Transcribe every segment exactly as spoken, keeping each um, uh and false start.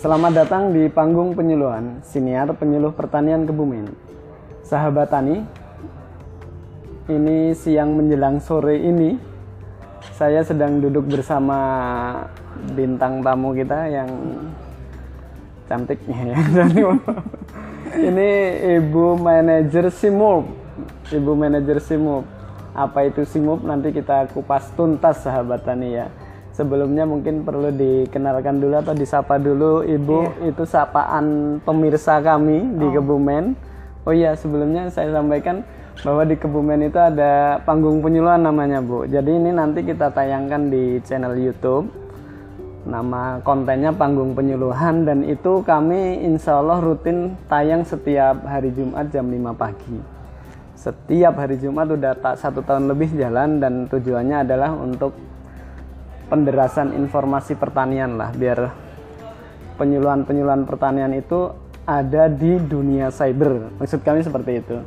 Selamat datang di panggung penyuluhan, siniar penyuluh pertanian Kebumen. Sahabat tani, ini siang menjelang sore ini, saya sedang duduk bersama bintang tamu kita yang cantiknya ya. Ini Ibu Manajer Simulp. Ibu Manajer Simulp. Apa itu Simulp? Nanti kita kupas tuntas sahabat tani ya. Sebelumnya mungkin perlu dikenalkan dulu atau disapa dulu Ibu, iya. Itu sapaan pemirsa kami di oh. Kebumen. Oh iya, sebelumnya saya sampaikan bahwa di Kebumen itu ada panggung penyuluhan namanya Bu. Jadi ini nanti kita tayangkan di channel YouTube. Nama kontennya panggung penyuluhan, dan itu kami insya Allah rutin tayang setiap hari Jumat jam lima pagi. Setiap hari Jumat udah tak satu tahun lebih jalan, dan tujuannya adalah untuk penderasan informasi pertanian lah, biar penyuluhan-penyuluhan pertanian itu ada di dunia cyber. Maksud kami seperti itu.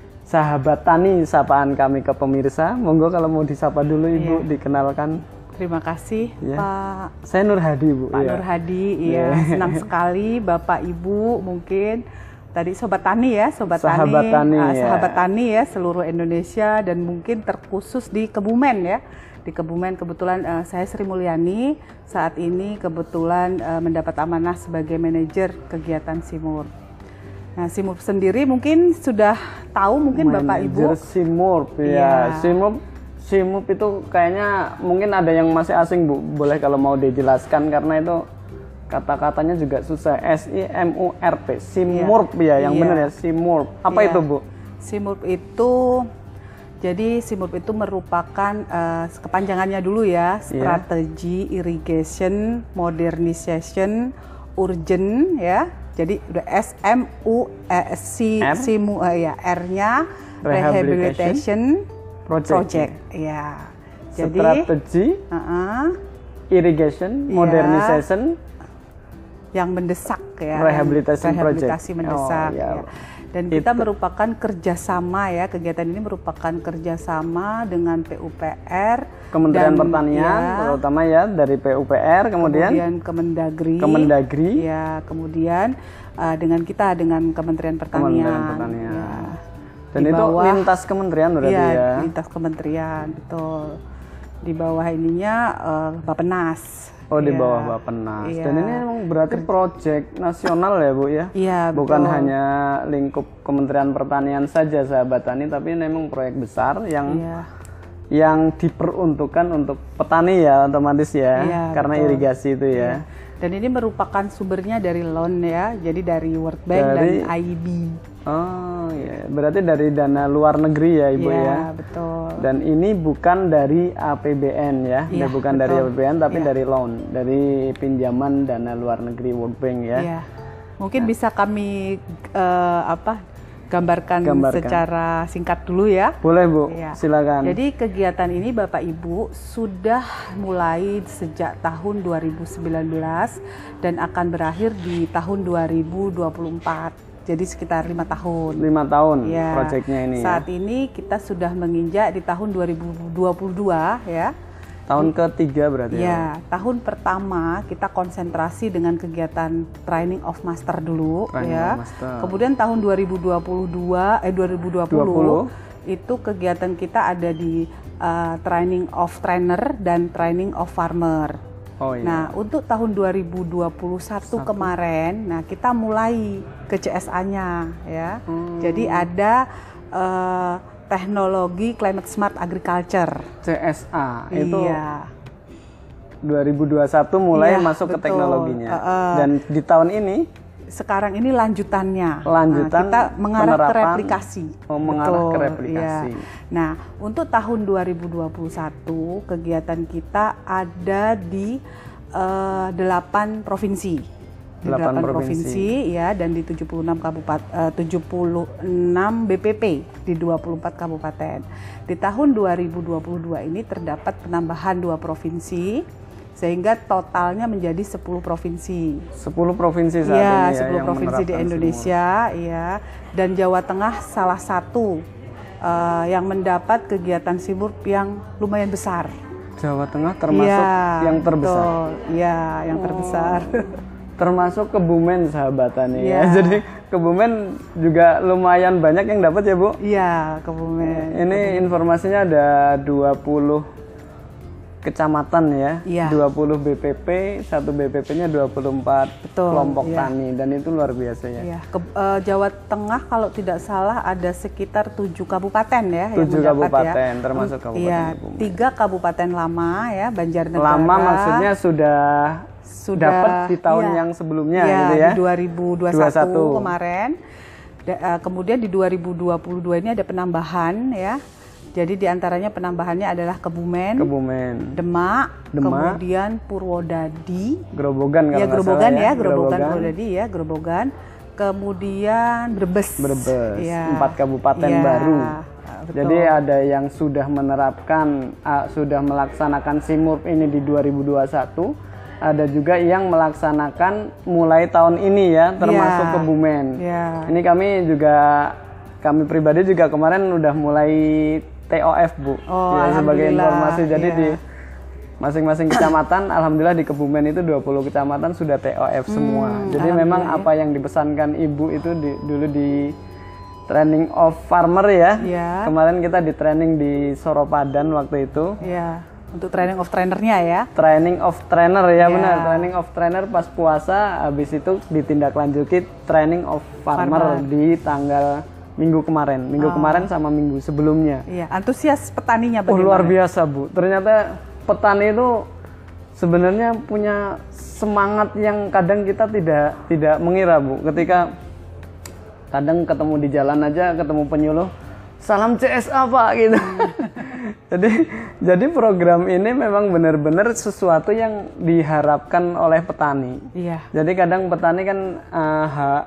Sahabat tani, sapaan kami ke pemirsa, monggo kalau mau disapa dulu Ibu, iya. Dikenalkan. Terima kasih ya. Pak. Saya Nur Hadi Bu. Pak ya. Nur Hadi, iya. Ya. Senang sekali Bapak Ibu mungkin tadi sobat tani ya, sobat sahabat tani, tani uh, ya. sahabat tani ya seluruh Indonesia, dan mungkin terkhusus di Kebumen ya. Di Kebumen kebetulan uh, saya Sri Mulyani saat ini kebetulan uh, mendapat amanah sebagai manajer kegiatan Simulp. Nah, Simulp sendiri mungkin sudah tahu mungkin manajer Bapak Ibu. Simulp ya. Ya. Simulp Simulp itu kayaknya mungkin ada yang masih asing Bu. Boleh kalau mau dijelaskan karena itu kata-katanya juga susah. S I M U R P. Simulp ya, ya yang ya. Benar ya, Simulp. Apa ya. Itu Bu? Simulp itu Jadi Simulp itu merupakan uh, kepanjangannya dulu ya, strategi yeah. irrigation modernization urgent ya. Jadi udah S M U eh, C R? Simu uh, ya, R-nya rehabilitation, rehabilitation project. project ya. Jadi strategi uh -uh, irrigation modernization ya, yang mendesak ya. Rehabilitation rehabilitasi project. mendesak Oh, ya. ya. Dan kita itu. merupakan kerjasama ya, kegiatan ini merupakan kerjasama dengan P U P R, Kementerian dan, Pertanian, ya, terutama ya dari P U P R, kemudian, kemudian Kemendagri, Kemendagri, ya, kemudian uh, dengan kita dengan Kementerian Pertanian. Kementerian Pertanian. Ya, dan itu bawah, lintas kementerian berarti ya, ya? Lintas kementerian, betul. Di bawah ininya uh, Bappenas. Oh, di ya, bawah Bappenas. Ya. Dan ini memang berarti proyek nasional ya Bu ya? Iya, bukan betul. hanya lingkup Kementerian Pertanian saja sahabat tani, tapi memang proyek besar yang ya. yang diperuntukkan untuk petani ya, otomatis ya, ya karena betul. Irigasi itu ya. ya. Dan ini merupakan sumbernya dari loan ya, jadi dari World Bank dari, dan I B. Oh ya, berarti dari dana luar negeri ya Ibu ya. Iya, betul. Dan ini bukan dari A P B N ya, ya bukan betul. Dari A P B N tapi ya. Dari loan, dari pinjaman dana luar negeri World Bank ya. Iya. Mungkin nah. bisa kami uh, apa gambarkan, gambarkan secara singkat dulu ya. Boleh Bu, ya. Silakan. Jadi kegiatan ini Bapak Ibu sudah mulai sejak tahun dua ribu sembilan belas dan akan berakhir di tahun dua ribu dua puluh empat. Jadi sekitar lima tahun. Lima tahun ya. Proyeknya ini. Saat ya. Ini kita sudah menginjak di tahun dua ribu dua puluh dua ya. Tahun ketiga berarti ya. Ya, tahun pertama kita konsentrasi dengan kegiatan training of master dulu training ya. Master. Kemudian tahun dua ribu dua puluh dua eh dua ribu dua puluh, dua puluh itu kegiatan kita ada di uh, training of trainer dan training of farmer. Oh, iya. Nah, untuk tahun dua ribu dua puluh satu Satu. kemarin, nah kita mulai ke C S A-nya ya. Hmm. Jadi ada uh, teknologi Climate Smart Agriculture. C S A iya. itu dua ribu dua puluh satu mulai iya, masuk betul. Ke teknologinya. Uh, uh, Dan di tahun ini sekarang ini lanjutannya. Lanjutan nah, kita mengarah ke replikasi. Oh, mengarah betul, ke replikasi. Ya. Nah, untuk tahun dua ribu dua puluh satu kegiatan kita ada di uh, delapan provinsi. Di delapan provinsi. provinsi ya, dan di tujuh puluh enam kabupaten uh, tujuh puluh enam B P P di dua puluh empat kabupaten. Di tahun dua ribu dua puluh dua ini terdapat penambahan dua provinsi sehingga totalnya menjadi sepuluh provinsi. sepuluh provinsi saat ya, ini ya, sepuluh provinsi di Indonesia semua. Ya. Dan Jawa Tengah salah satu uh, yang mendapat kegiatan Simulp yang lumayan besar. Jawa Tengah termasuk ya, yang terbesar. Iya, yang oh. terbesar. termasuk Kebumen sahabat tani Ya. ya. Jadi Kebumen juga lumayan banyak yang dapat ya Bu? Iya, Kebumen. Ini informasinya ada dua puluh kecamatan ya, Iya. dua puluh B P P, satu B P P-nya dua puluh empat Betul, kelompok iya. tani dan itu luar biasa ya. Iya, ke, eh, Jawa Tengah kalau tidak salah ada sekitar tujuh kabupaten ya yang Tujuh mendapat kabupaten, ya. termasuk kabupaten Iya, Kebumen. tiga kabupaten lama ya, Banjarnegara. Lama maksudnya sudah sudah dapat di tahun iya, yang sebelumnya iya, gitu ya. di dua ribu dua puluh satu dua puluh satu kemarin. Da- eh, kemudian di dua ribu dua puluh dua ini ada penambahan ya. Jadi diantaranya penambahannya adalah Kebumen, Kebumen, Demak, Demak, kemudian Purwodadi, Grobogan kalau ya nggak Grobogan salah ya, Grobogan, Purwodadi ya, Grobogan, kemudian Brebes, Brebes, ya. empat kabupaten Ya, baru. betul. Jadi ada yang sudah menerapkan, uh, sudah melaksanakan Simurp ini di dua ribu dua puluh satu, ada juga yang melaksanakan mulai tahun ini ya, termasuk Ya. Kebumen. Ya. Ini kami juga, kami pribadi juga kemarin udah mulai T O F Bu, Oh, ya, sebagai alhamdulillah, informasi. Jadi ya. di masing-masing kecamatan, alhamdulillah di Kebumen itu dua puluh kecamatan sudah T O F semua. Hmm, Jadi memang alhamdulillah, apa yang dipesankan Ibu itu di, dulu di training of farmer ya. Ya. Kemarin kita di training di Soropadan waktu itu. Ya, untuk training of trainernya ya. Training of trainer Ya. ya, benar. Training of trainer pas puasa, habis itu ditindaklanjuti training of farmer, Farmer. di tanggal minggu kemarin. Minggu kemarin sama minggu sebelumnya. Iya, antusias petaninya Oh, bagaimana? luar biasa Bu. Ternyata petani itu sebenarnya punya semangat yang kadang kita tidak tidak mengira Bu. Ketika kadang ketemu di jalan aja, ketemu penyuluh, salam C S A Pak gitu. jadi jadi program ini memang benar-benar sesuatu yang diharapkan oleh petani. Iya. Jadi kadang petani kan uh, ha-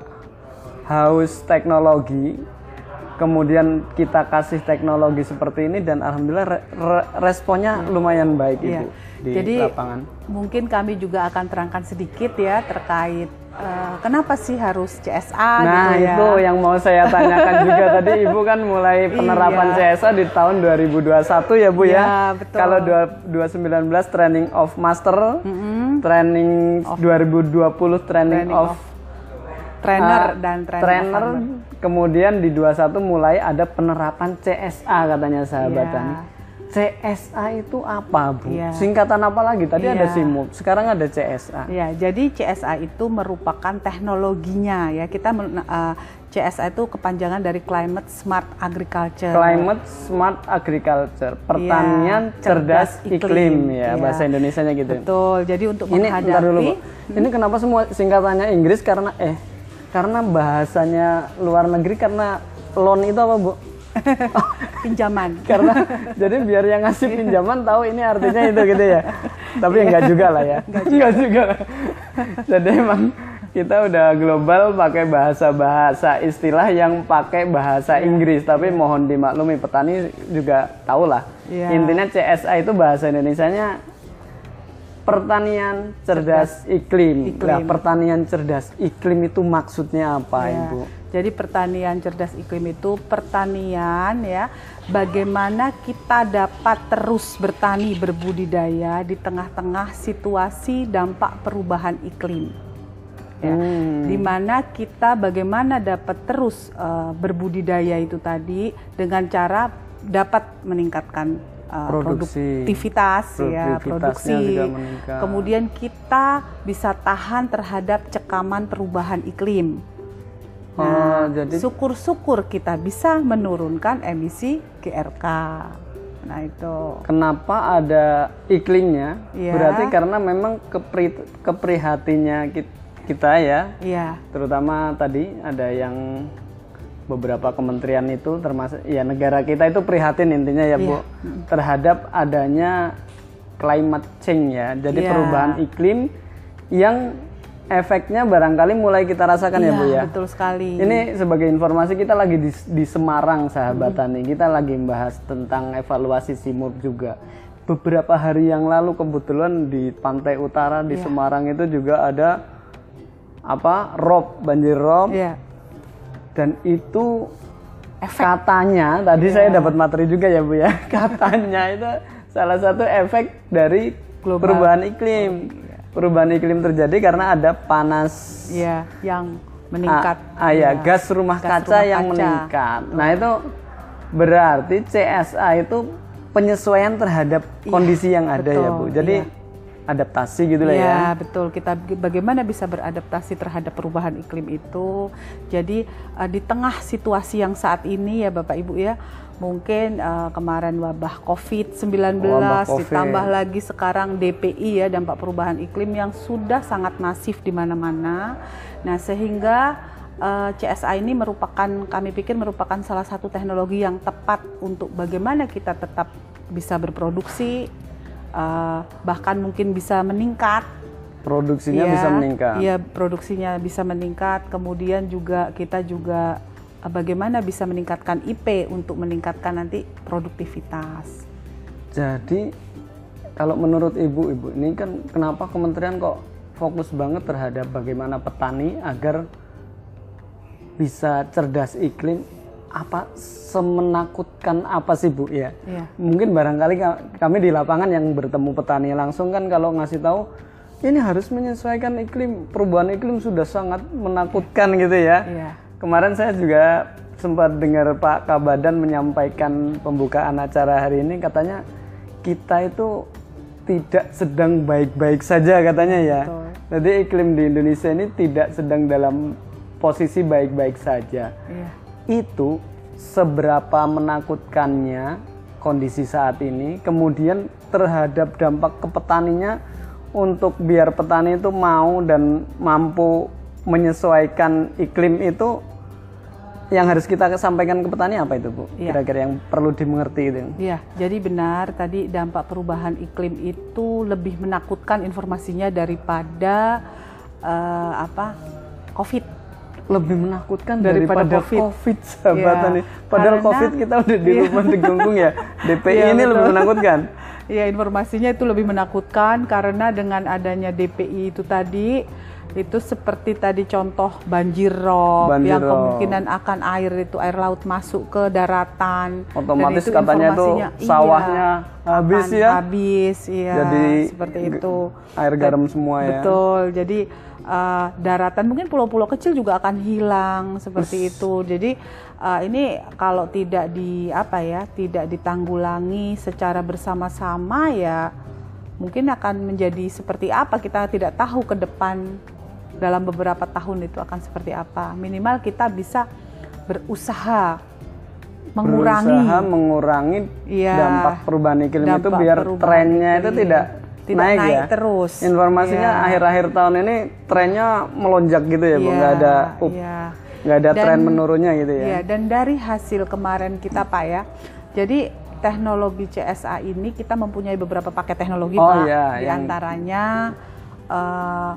haus teknologi, kemudian kita kasih teknologi seperti ini dan alhamdulillah re- re- responnya lumayan baik Iya. Ibu di Jadi lapangan. mungkin kami juga akan terangkan sedikit ya terkait eh, kenapa sih harus C S A Nah gitu ya. itu yang mau saya tanyakan juga tadi Ibu kan mulai penerapan Iya. C S A di tahun dua ribu dua puluh satu ya Bu Iya, ya. betul. Kalau dua ribu sembilan belas training of master, training dua ribu dua puluh training, Training of, of trainer uh, dan trainer, trainer, of farmer. kemudian di dua puluh satu mulai ada penerapan C S A katanya sahabat Iya. tani. C S A itu apa Bu? Iya. Singkatan apa lagi? Tadi ada Iya. Simurp, sekarang ada C S A. Ya, jadi C S A itu merupakan teknologinya ya. Kita men- eh, C S A itu kepanjangan dari Climate Smart Agriculture. Climate Smart Agriculture, pertanian Iya, cerdas, cerdas iklim, iklim, ya iya. bahasa Indonesianya gitu. Betul. Jadi untuk Ini bentar menghadapi dulu Bu. Ini kenapa semua singkatannya Inggris karena eh karena bahasanya luar negeri karena loan itu apa Bu? pinjaman. Karena jadi biar yang ngasih pinjaman tahu ini artinya itu gitu ya. Tapi enggak juga lah ya. Enggak juga. Jadi emang kita udah global pakai bahasa-bahasa istilah yang pakai bahasa Inggris, tapi mohon dimaklumi petani juga tahu lah. Iya. Intinya C S A itu bahasa Indonesianya pertanian cerdas, iklim. iklim. Nah, pertanian cerdas iklim itu maksudnya apa, Ya, Ibu? jadi pertanian cerdas iklim itu pertanian ya, bagaimana kita dapat terus bertani berbudidaya di tengah-tengah situasi dampak perubahan iklim. Ya, Hmm. dimana kita bagaimana dapat terus uh, berbudidaya itu tadi dengan cara dapat meningkatkan uh, Produksi. produktivitas ya, Produktivitasnya produksi. juga meningkat. Kemudian kita bisa tahan terhadap cekaman perubahan iklim. Oh, Nah, jadi syukur-syukur kita bisa menurunkan emisi G R K. Nah itu. kenapa ada iklimnya? Iya. Berarti karena memang kepri, keprihatinnya kit- kita ya, Iya. terutama tadi ada yang beberapa kementerian itu termasuk ya negara kita itu prihatin intinya ya Bu, Iya. terhadap adanya climate change ya. Jadi Iya. perubahan iklim yang efeknya barangkali mulai kita rasakan ya Bu ya. Betul sekali. Ini sebagai informasi kita lagi di, di Semarang sahabat tani, kita lagi membahas tentang evaluasi Simurp juga. Beberapa hari yang lalu kebetulan di pantai utara di Iya. Semarang itu juga ada apa rob banjir rob Iya. dan itu Efek. katanya tadi saya dapat materi juga ya Bu ya, katanya itu salah satu efek dari Global. perubahan iklim. perubahan iklim terjadi karena ada panas. Iya, yang meningkat. Ah, ah ya, gas rumah gas kaca rumah yang kaca. meningkat. Nah, itu berarti C S A itu penyesuaian terhadap iya, kondisi yang ada betul, ya, Bu. Jadi iya. adaptasi gitu lah ya. Ya, betul. Kita bagaimana bisa beradaptasi terhadap perubahan iklim itu. Jadi uh, di tengah situasi yang saat ini ya Bapak Ibu ya, mungkin uh, kemarin wabah covid sembilan belas COVID. Ditambah lagi sekarang D P I ya, dampak perubahan iklim yang sudah sangat masif di mana-mana. Nah, sehingga uh, C S A ini merupakan, kami pikir merupakan salah satu teknologi yang tepat untuk bagaimana kita tetap bisa berproduksi, uh, bahkan mungkin bisa meningkat. Produksinya ya, bisa meningkat. Iya, produksinya bisa meningkat. Kemudian juga kita juga bagaimana bisa meningkatkan I P untuk meningkatkan nanti produktivitas. Jadi kalau menurut Ibu, Ibu ini kan kenapa kementerian kok fokus banget terhadap bagaimana petani agar bisa cerdas iklim? Apa semenakutkan apa sih Bu ya? Iya. Mungkin barangkali kami di lapangan yang bertemu petani langsung kan kalau ngasih tahu ini harus menyesuaikan iklim, perubahan iklim sudah sangat menakutkan gitu ya. Iya. Kemarin saya juga sempat dengar Pak Kabadan menyampaikan pembukaan acara hari ini, katanya kita itu tidak sedang baik-baik saja katanya ya. Betul. Jadi iklim di Indonesia ini tidak sedang dalam posisi baik-baik saja. Iya. Itu seberapa menakutkannya kondisi saat ini, kemudian terhadap dampak ke petaninya untuk biar petani itu mau dan mampu menyesuaikan iklim itu, yang harus kita sampaikan ke petani apa itu Bu? Ya. Kira-kira yang perlu dimengerti itu. Iya, jadi benar tadi dampak perubahan iklim itu lebih menakutkan informasinya daripada uh, apa COVID. Lebih menakutkan daripada, daripada COVID, COVID sahabat ya, nih. Padahal karena, COVID kita udah di rumah iya. digunggung ya. D P I ya, ini betul. Lebih menakutkan. Iya, informasinya itu lebih menakutkan karena dengan adanya D P I itu tadi, itu seperti tadi contoh banjir rob, banjir yang rob. Kemungkinan akan air itu air laut masuk ke daratan. Otomatis itu katanya tuh sawahnya iya, habis ya. Habis, iya. Jadi seperti itu. Air garam semua ya. Betul. Jadi uh, daratan mungkin pulau-pulau kecil juga akan hilang seperti Ush. itu. Jadi uh, ini kalau tidak di apa ya, tidak ditanggulangi secara bersama-sama ya, mungkin akan menjadi seperti apa kita tidak tahu ke depan. Dalam beberapa tahun itu akan seperti apa. Minimal kita bisa berusaha mengurangi berusaha mengurangi ya, dampak perubahan iklim dampak itu biar trennya iklim. itu tidak, tidak naik, naik ya. terus. Informasinya ya. akhir-akhir tahun ini trennya melonjak gitu ya, ya Bu. Nggak ada up, ya. nggak ada dan, tren menurunnya gitu ya. ya. Dan dari hasil kemarin kita Pak ya, jadi teknologi C S A ini kita mempunyai beberapa paket teknologi oh, Pak. Ya, Di yang... antaranya uh,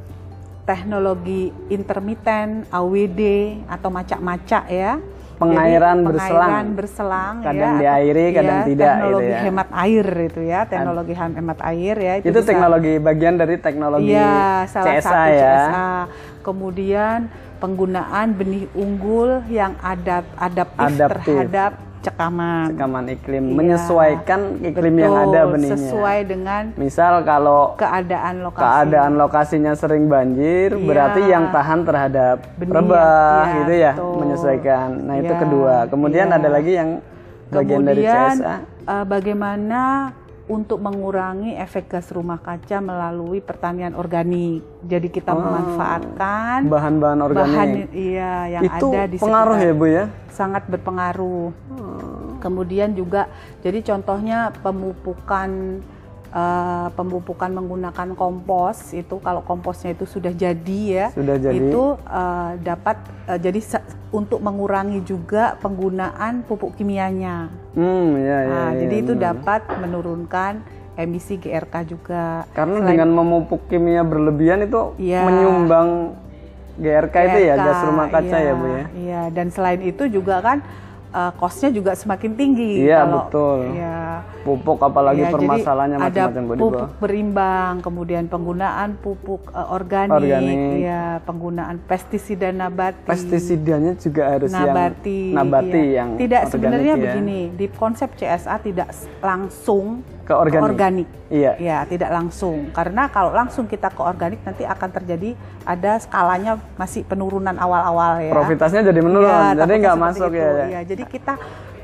teknologi intermittent, A W D atau macak-macak ya. Pengairan Jadi, berselang. Pengairan berselang kadang ya. diairi, kadang ya, tidak teknologi gitu ya. hemat air itu ya, teknologi hemat air ya. Itu, itu bisa, teknologi bagian dari teknologi ya, salah C S A satu ya. C S A. Kemudian penggunaan benih unggul yang adap, adaptif, adaptif terhadap cekaman. Cekaman iklim, ya, menyesuaikan iklim betul, yang ada benihnya. Sesuai dengan misal kalau keadaan lokasi. Keadaan lokasinya sering banjir, ya, berarti yang tahan terhadap benih, rebah ya, gitu ya, betul. menyesuaikan. Nah, ya, itu kedua. Kemudian ya. ada lagi yang bagian Kemudian, dari C S A. Uh, bagaimana untuk mengurangi efek gas rumah kaca melalui pertanian organik. Jadi kita oh, memanfaatkan bahan-bahan organik. Bahan, iya, yang itu ada di pengaruh sekitar. ya Bu ya? Sangat berpengaruh. Hmm. Kemudian juga, jadi contohnya pemupukan uh, pemupukan menggunakan kompos itu, kalau komposnya itu sudah jadi ya, sudah jadi. itu uh, dapat uh, jadi untuk mengurangi juga penggunaan pupuk kimianya. Hmm, ya, ya, nah, ya, jadi ya, itu benar. dapat menurunkan emisi G R K juga. Karena Selain, dengan memupuk kimia berlebihan itu ya, menyumbang G R K, G R K itu ya, gas rumah kaca ya, ya Bu ya. Iya, dan selain itu juga kan uh, cost-nya juga semakin tinggi. Iya, kalau, betul. Ya, pupuk apalagi ya, permasalahannya macam-macam ada pupuk berimbang, kemudian penggunaan pupuk uh, organik, organik, ya, penggunaan pestisida nabati. Pestisidanya juga harus nabati, yang nabati ya. yang tidak sebenarnya ya. begini, di konsep C S A tidak langsung ke organik. organik. Iya. Ya, tidak langsung. Karena kalau langsung kita ke organik nanti akan terjadi ada skalanya masih penurunan awal-awal ya. Profitasnya jadi menurun, ya, jadi nggak masuk itu. ya, ya. Ya. Jadi kita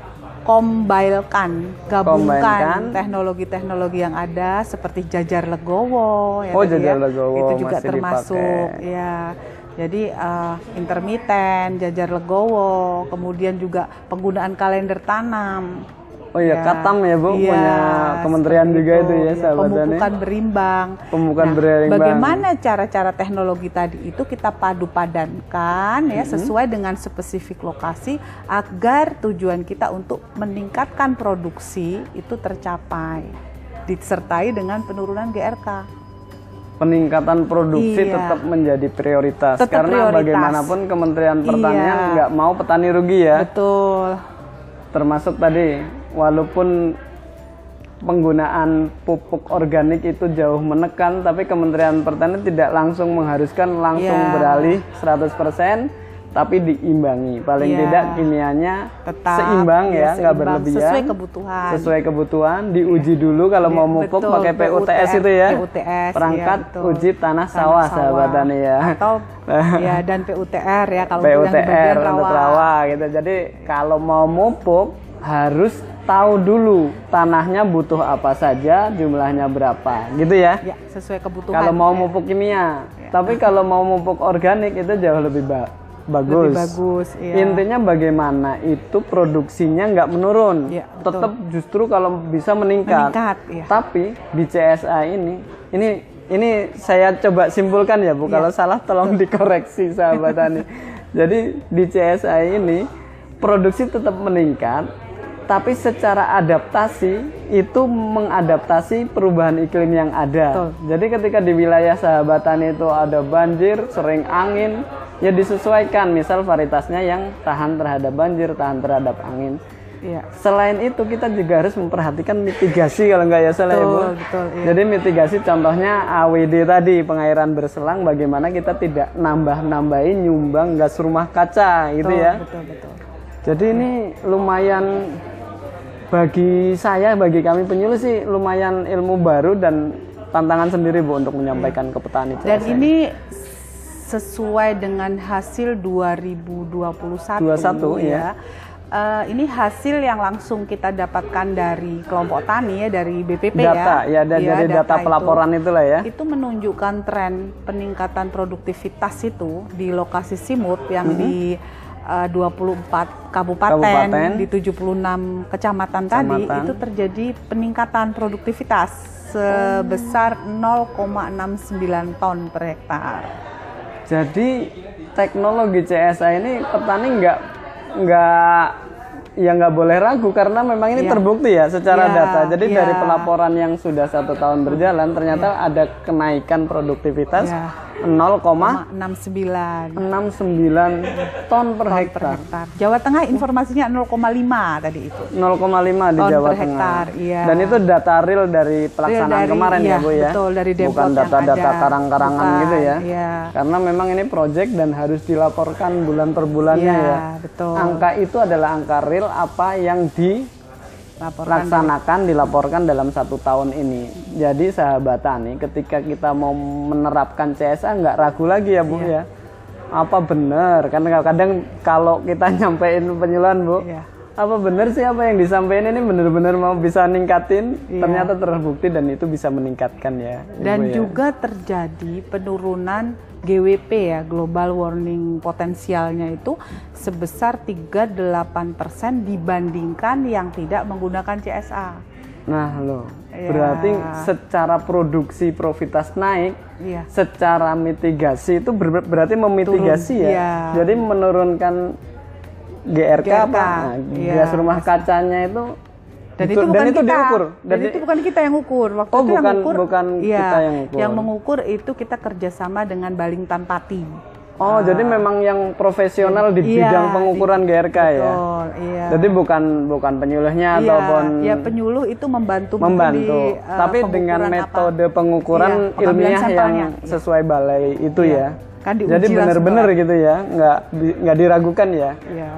kombailkan, gabungkan teknologi-teknologi yang ada seperti jajar legowo. Ya, oh, tadi jajar ya. legowo Itu juga masih termasuk. dipakai. Ya. Jadi uh, intermiten, jajar legowo, kemudian juga penggunaan kalender tanam. Oh iya, ya. Katam ya Bu, ya, punya kementerian juga itu, itu ya, sahabat Tani. Pemupukan berimbang. Pemupukan nah, berimbang. Bagaimana cara-cara teknologi tadi itu kita padu padankan ya mm-hmm. sesuai dengan spesifik lokasi agar tujuan kita untuk meningkatkan produksi itu tercapai, disertai dengan penurunan G R K. Peningkatan produksi iya. tetap menjadi prioritas tetap karena prioritas. Bagaimanapun Kementerian Pertanian iya. nggak mau petani rugi ya. Betul. Termasuk tadi, walaupun penggunaan pupuk organik itu jauh menekan, tapi Kementerian Pertanian tidak langsung mengharuskan langsung yeah. beralih seratus persen, tapi diimbangi. Paling yeah. tidak kimianya tetap seimbang ya, nggak ya, berlebihan. Sesuai kebutuhan. Sesuai kebutuhan, diuji dulu kalau mau mupuk betul, pakai P U T S itu ya. P U T S, perangkat ya, uji tanah, tanah sawah, sahabat Tani ya. Atau ya dan P U T R ya kalau P U T R yang di bagian untuk rawa. rawa gitu. Jadi kalau mau mupuk harus tahu dulu tanahnya butuh apa saja, jumlahnya berapa, gitu ya. Ya, sesuai kebutuhan. Kalau mau ya. mupuk kimia, ya. tapi kalau mau mupuk organik itu jauh lebih ba bagus. Lebih bagus. Ya. Intinya bagaimana itu produksinya nggak menurun, ya, tetap justru kalau bisa meningkat. meningkat ya. Tapi di C S A ini, ini ini saya coba simpulkan ya Bu. Ya. Kalau salah tolong dikoreksi sahabat Tani. Jadi di C S A ini produksi tetap meningkat. Tapi secara adaptasi itu mengadaptasi perubahan iklim yang ada. Betul. Jadi ketika di wilayah sahabat Tani itu ada banjir, sering angin, ya disesuaikan. Misal varietasnya yang tahan terhadap banjir, tahan terhadap angin. Ya. Selain itu kita juga harus memperhatikan mitigasi kalau nggak ya salah ya Bu. Betul, iya. Jadi mitigasi contohnya A W D tadi, pengairan berselang. Bagaimana kita tidak nambah-nambahin nyumbang gas rumah kaca gitu betul, ya. Betul, betul. Jadi ini lumayan bagi saya, bagi kami penyuluh sih lumayan ilmu baru dan tantangan sendiri Bu untuk menyampaikan hmm. ke petani. Dan C S A ini sesuai dengan hasil dua ribu dua puluh satu, dua puluh satu ya. ya. Uh, ini hasil yang langsung kita dapatkan dari kelompok tani ya, dari B P P data, ya. ya, da ya dari data, data pelaporan itu, itulah ya. Itu menunjukkan tren peningkatan produktivitas itu di lokasi Simut yang mm-hmm. di Uh, dua puluh empat kabupaten, kabupaten di tujuh puluh enam kecamatan, kecamatan tadi itu terjadi peningkatan produktivitas sebesar nol koma enam sembilan ton per hektar. Jadi teknologi C S A ini petani nggak nggak ya nggak boleh ragu karena memang ini ya. terbukti ya secara ya, data. Jadi ya. dari pelaporan yang sudah satu tahun berjalan ternyata ya. ada kenaikan produktivitas ya. nol koma enam sembilan ton per hektar. Jawa Tengah informasinya nol koma lima tadi itu. nol koma lima di Jawa per Tengah. Hektar, iya. Dan itu data real dari pelaksanaan real dari, kemarin iya, ya Bu ya. Betul, dari bukan data-data karang-karangan bukan, gitu ya. Iya. Karena memang ini project dan harus dilaporkan bulan per bulannya iya, ya. Betul. Angka itu adalah angka real apa yang di laksanakan, dilaporkan dalam satu tahun ini. Jadi sahabat Tani, ketika kita mau menerapkan C S A nggak ragu lagi ya Bu iya. ya. Apa benar? Karena kadang kalau kita nyampein penyuluhan Bu, iya. apa benar sih apa yang disampaikan ini benar-benar mau bisa ningkatin? Iya. Ternyata terbukti dan itu bisa meningkatkan ya. Dan Ibu, juga ya. terjadi penurunan G W P ya, global warming potensialnya itu sebesar tiga puluh delapan persen dibandingkan yang tidak menggunakan C S A. Nah loh, ya. berarti secara produksi profitas naik, ya. secara mitigasi itu ber berarti memitigasi Turun, ya? ya. Jadi menurunkan G R K, G R K apa? Nah, ya. gas rumah kacanya itu Dan itu, itu bukan dan itu kita. diukur. Dan, dan itu bukan kita yang ukur. Waktu oh, itu bukan, yang ukur, bukan ya, kita yang ukur. Yang mengukur itu kita kerjasama dengan Balintan Pati. Oh, uh, jadi memang yang profesional di iya, bidang pengukuran di, G R K betul, ya. Iya. Jadi bukan bukan penyuluhnya iya, ataupun ya penyuluh itu membantu membantu. Di, uh, tapi dengan metode apa? pengukuran iya, ilmiah yang iya. sesuai balai itu iya. ya. Kan jadi benar-benar gitu ya, nggak nggak diragukan ya. Iya.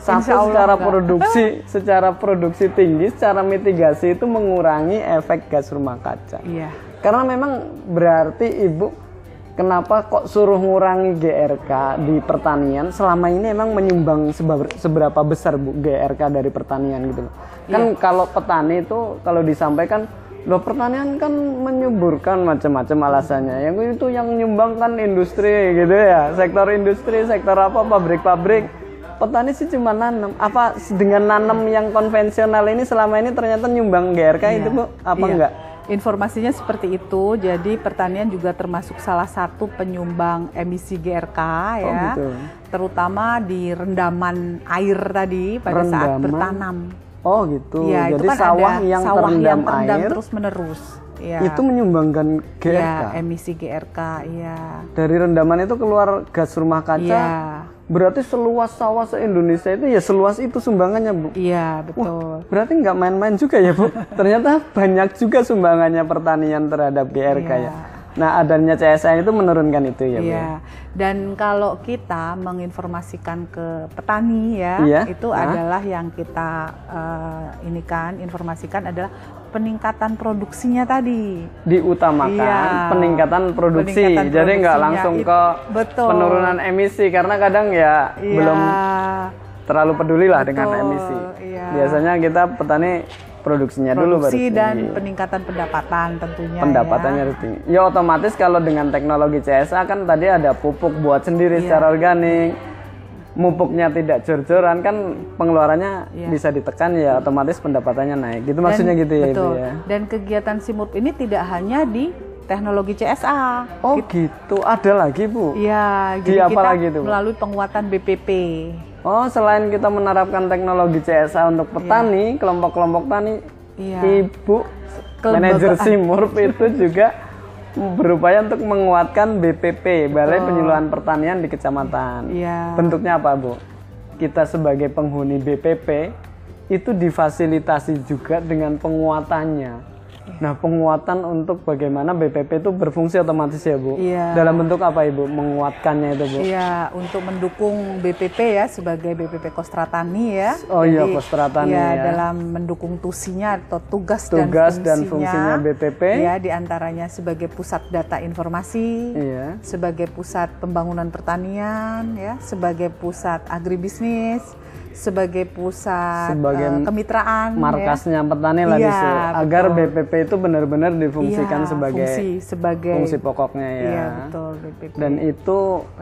Satu, Insya Allah secara enggak. produksi, secara produksi tinggi, secara mitigasi itu mengurangi efek gas rumah kaca. Iya. Karena memang berarti Ibu, kenapa kok suruh ngurangi G R K di pertanian? Selama ini emang menyumbang seber- seberapa besar Bu G R K dari pertanian gitu loh. Kan Iya. kalau petani itu kalau disampaikan, loh pertanian kan menyuburkan macam-macam alasannya. Yang itu yang nyumbang kan industri gitu ya, sektor industri, sektor apa, pabrik-pabrik. Petani sih cuma nanam. Apa dengan nanam yang konvensional ini selama ini ternyata nyumbang G R K Iya. itu Bu? Apa Iya. enggak? Informasinya seperti itu. Jadi pertanian juga termasuk salah satu penyumbang emisi G R K ya. Oh, gitu. Terutama di rendaman air tadi pada saat Rendaman? bertanam. Oh gitu. Ya, Jadi itu kan sawah ada yang sawah terendam yang terendam air terus menerus. Ya. itu menyumbangkan G R K. Ya, emisi G R K, iya. Dari rendaman itu keluar gas rumah kaca. Iya. Berarti seluas sawah se-Indonesia itu ya seluas itu sumbangannya Bu. Iya, betul. Wah, berarti nggak main-main juga ya Bu. Ternyata banyak juga sumbangannya pertanian terhadap G R K Iya. ya. Nah adanya C S A itu menurunkan itu ya Bu. Iya. Dan kalau kita menginformasikan ke petani ya, Iya. itu Nah. adalah yang kita uh, ini kan informasikan adalah peningkatan produksinya tadi. Diutamakan Iya. peningkatan produksi. Peningkatan Jadi nggak produksinya langsung itu- ke betul. penurunan emisi karena kadang ya Iya. belum terlalu peduli lah dengan Betul, emisi. iya. Biasanya kita petani produksinya dulu baru Produksi dan tinggi. peningkatan pendapatan tentunya. Pendapatannya ya. harus tinggi. Ya otomatis kalau dengan teknologi C S A kan tadi ada pupuk buat sendiri Iya. secara organik. Mupuknya tidak jor-joran kan pengeluarannya Iya. bisa ditekan ya otomatis pendapatannya naik. Gitu maksudnya Dan- gitu ya betul. Ibu ya. Dan kegiatan Simurp ini tidak hanya di teknologi C S A. Oh gitu. Ada lagi Bu. Iya, Di jadi apa kita lagi tuh, Bu? melalui penguatan B P P. Oh, selain kita menerapkan teknologi C S A untuk petani, kelompok-kelompok tani, Iya. Ibu Kelembagaan. manajer Simurp itu juga berupaya untuk menguatkan B P P, Balai Penyuluhan Pertanian di kecamatan. Iya. Bentuknya apa, Bu? Kita sebagai penghuni B P P itu difasilitasi juga dengan penguatannya. Nah, penguatan untuk bagaimana B P P itu berfungsi otomatis ya, Bu? Iya. Dalam bentuk apa, Ibu? Menguatkannya itu, Bu? Iya, untuk mendukung B P P ya sebagai B P P Kostra Tani ya. Oh iya, Kostra Tani ya, ya. dalam mendukung tusinya atau tugas, Tugas dan dan fungsinya B P P. Ya, diantaranya sebagai pusat data informasi, Iya. sebagai pusat pembangunan pertanian, ya, sebagai pusat agribisnis, sebagai pusat Sebagai eh, kemitraan, markasnya petani lah Iya, di situ. Agar betul. B P P itu benar-benar difungsikan Iya, sebagai fungsi, sebagai fungsi pokoknya ya. Iya, betul B P P. Dan itu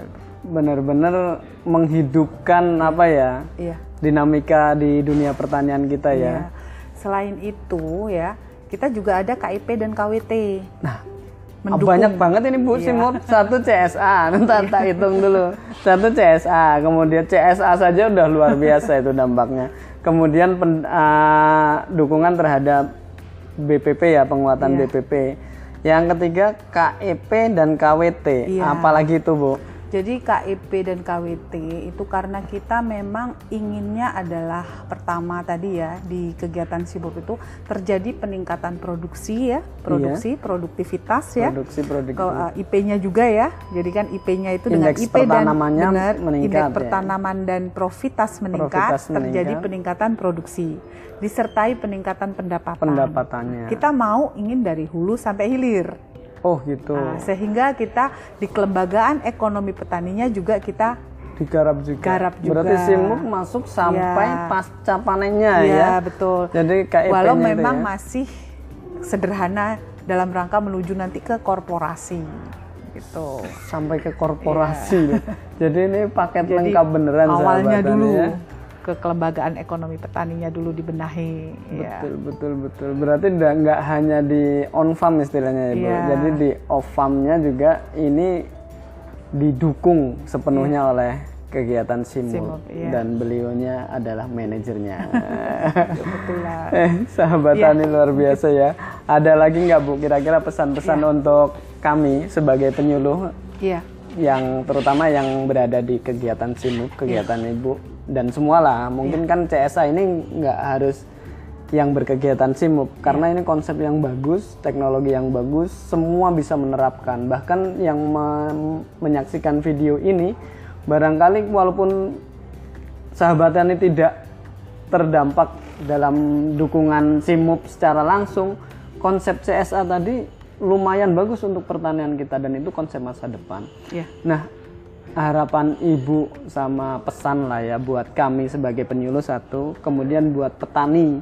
benar-benar menghidupkan apa ya? Iya. Dinamika di dunia pertanian kita ya. Iya. Selain itu ya, kita juga ada K I P dan K W T. Nah, Mendukung. banyak banget ini Bu Iya. Simur. Satu C S A, ntar tak hitung dulu. Satu C S A, kemudian C S A saja udah luar biasa itu dampaknya. Kemudian pen, uh, dukungan terhadap B P P ya, penguatan Iya. B P P. Yang ketiga K E P dan K W T. Iya. Apalagi itu Bu? Jadi K I P dan K W T itu karena kita memang inginnya adalah pertama tadi ya di kegiatan Simurp itu terjadi peningkatan produksi ya, produksi, produktivitas ya. Produksi produktif. Kalau uh, I P-nya juga ya. Jadi kan I P-nya itu dengan Indeks I P dan pertanamannya benar, meningkat indeks ya. pertanaman dan profitas meningkat, Profitas terjadi meningkat. peningkatan produksi disertai peningkatan pendapatan. Pendapatannya. Kita mau ingin dari hulu sampai hilir. Oh gitu. Nah, sehingga kita di kelembagaan ekonomi petaninya juga kita Digarap juga. garap juga. Berarti Simurp masuk sampai Iya. pasca panennya Iya, ya. betul. Jadi K E P-nya Walau itu memang ya. masih sederhana dalam rangka menuju nanti ke korporasi gitu. Sampai ke korporasi loh. Jadi ini paket Jadi lengkap beneran awalnya sahabat dulu ya. ke kelembagaan ekonomi petaninya dulu dibenahi. ya. Betul betul betul. Berarti udah nggak hanya di on farm istilahnya ya Bu. Iya. Jadi di off farmnya juga ini didukung sepenuhnya oleh kegiatan Simurp. Simurp, iya. Dan beliaunya adalah manajernya. Betul lah. Eh, sahabat Iya. tani luar biasa ya. Ada lagi nggak Bu kira-kira pesan-pesan Iya. untuk kami sebagai penyuluh Iya. yang terutama yang berada di kegiatan Simurp, kegiatan Iya. Ibu dan semua lah. Mungkin kan C S A ini nggak harus yang berkegiatan Simurp karena Iya. ini konsep yang bagus, teknologi yang bagus, semua bisa menerapkan. Bahkan yang me- menyaksikan video ini barangkali walaupun sahabat tani tidak terdampak dalam dukungan SIMUP secara langsung, konsep C S A tadi lumayan bagus untuk pertanian kita dan itu konsep masa depan. Yeah. Nah, harapan Ibu sama pesan lah ya buat kami sebagai penyuluh satu, kemudian buat petani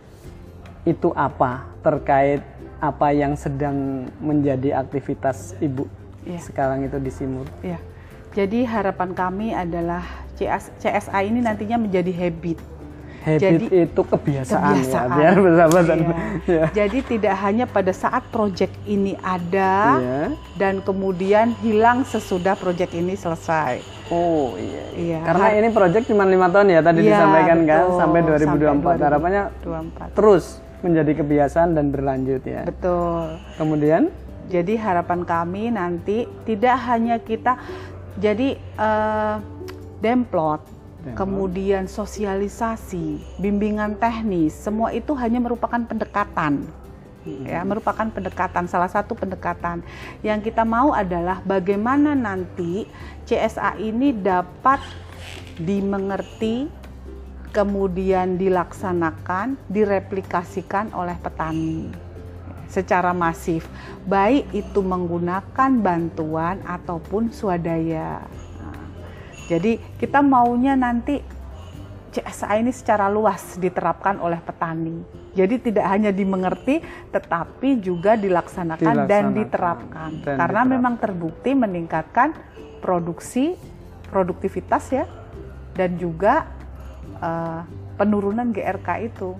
itu apa terkait apa yang sedang menjadi aktivitas Ibu yeah. sekarang itu di SIMUP. Yeah. Jadi harapan kami adalah C S A ini nantinya menjadi habit. Habit Jadi, itu kebiasaan, kebiasaan ya, biar bersahabatan. Iya. Ya. Jadi tidak hanya pada saat proyek ini ada Iya. dan kemudian hilang sesudah proyek ini selesai. Oh iya. Iya. Karena Har- ini proyek cuma lima tahun ya tadi Iya, disampaikan kan betul. sampai dua ribu dua puluh empat. Sampai Harapannya dua ribu dua puluh empat. terus menjadi kebiasaan dan berlanjut ya. Betul. Kemudian Jadi harapan kami nanti tidak hanya kita jadi eh, demplot, Demplot. kemudian sosialisasi, bimbingan teknis, semua itu hanya merupakan pendekatan. Hmm. Ya, merupakan pendekatan, salah satu pendekatan. Yang kita mau adalah bagaimana nanti C S A ini dapat dimengerti, kemudian dilaksanakan, direplikasikan oleh petani secara masif, baik itu menggunakan bantuan ataupun swadaya. Nah, jadi kita maunya nanti C S A ini secara luas diterapkan oleh petani. Jadi tidak hanya dimengerti, tetapi juga dilaksanakan, Dilaksanakan dan diterapkan. dan Karena diterapkan. memang terbukti meningkatkan produksi, produktivitas ya, dan juga uh, penurunan G R K itu.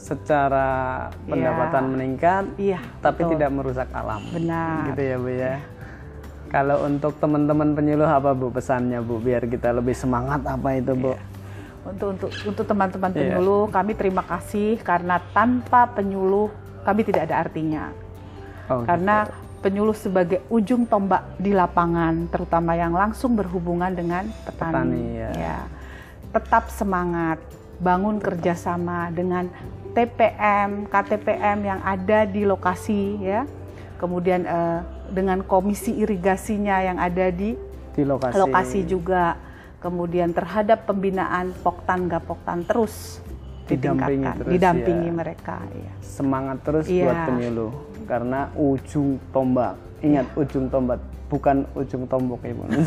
secara pendapatan Iya. meningkat, Iya, tapi betul. tidak merusak alam. Benar. Gitu ya Bu ya. Kalau untuk teman-teman penyuluh apa Bu pesannya Bu biar kita lebih semangat apa itu Bu? Iya. Untuk untuk untuk teman-teman Iya. penyuluh, kami terima kasih karena tanpa penyuluh kami tidak ada artinya. Oh, Karena gitu. penyuluh sebagai ujung tombak di lapangan, terutama yang langsung berhubungan dengan petani. Petani, ya. Ya. Tetap semangat, bangun kerjasama dengan T P M, K T P M yang ada di lokasi, ya. Kemudian eh, dengan komisi irigasinya yang ada di di lokasi. lokasi juga. Kemudian terhadap pembinaan Poktan Gapoktan terus Didampingi ditingkatkan, terus, didampingi ya. mereka. Ya. Semangat terus Iya. buat penyuluh karena ujung tombak. Ingat Iya. ujung tombak bukan ujung tombok ya Bu.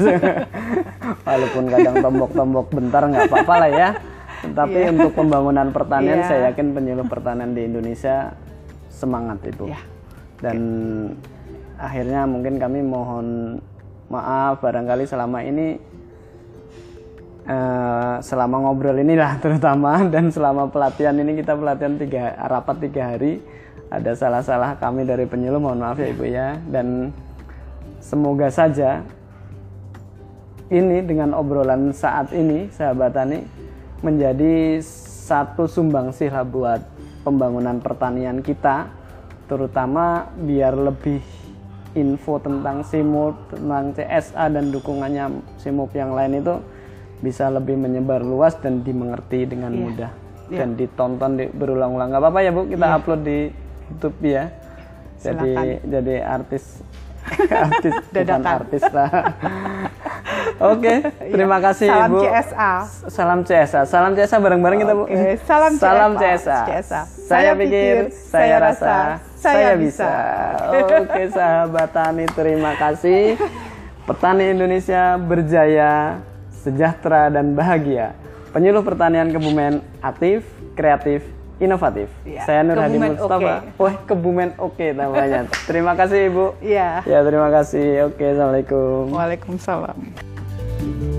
Walaupun kadang tombok-tombok bentar nggak apa-apa lah ya. Tapi Iya. untuk pembangunan pertanian Iya. saya yakin penyuluh pertanian di Indonesia semangat Ibu. Iya. Dan akhirnya mungkin kami mohon maaf barangkali selama ini eh, selama ngobrol inilah terutama dan selama pelatihan ini kita pelatihan tiga rapat tiga hari ada salah-salah kami dari penyuluh, mohon maaf ya Ibu ya. Dan semoga saja ini dengan obrolan saat ini sahabat tani menjadi satu sumbangsih lah buat pembangunan pertanian kita, terutama biar lebih info tentang SIMUP, tentang C S A dan dukungannya SIMUP yang lain itu bisa lebih menyebar luas dan dimengerti dengan Iya. mudah Iya. dan ditonton di, berulang-ulang. Gak apa-apa ya Bu, kita Iya. upload di YouTube ya. Jadi Silakan. jadi artis artis bukan Dadakan. artis lah. Oke, terima kasih Salam Ibu. C S A. Salam C S A. Salam C S A bareng-bareng kita Bu. Oke, salam C S A. Salam C S A. C S A. Saya pikir, saya rasa, saya bisa. Oke sahabat tani, terima kasih. Petani Indonesia berjaya, sejahtera dan bahagia. Penyuluh pertanian Kebumen aktif, kreatif, inovatif. Ya, Saya Nur Hadi Kebumen Mustafa. Oke. Wah, Kebumen oke namanya. Terima kasih Ibu. Iya. Ya, terima kasih. Oke, Assalamualaikum. Waalaikumsalam.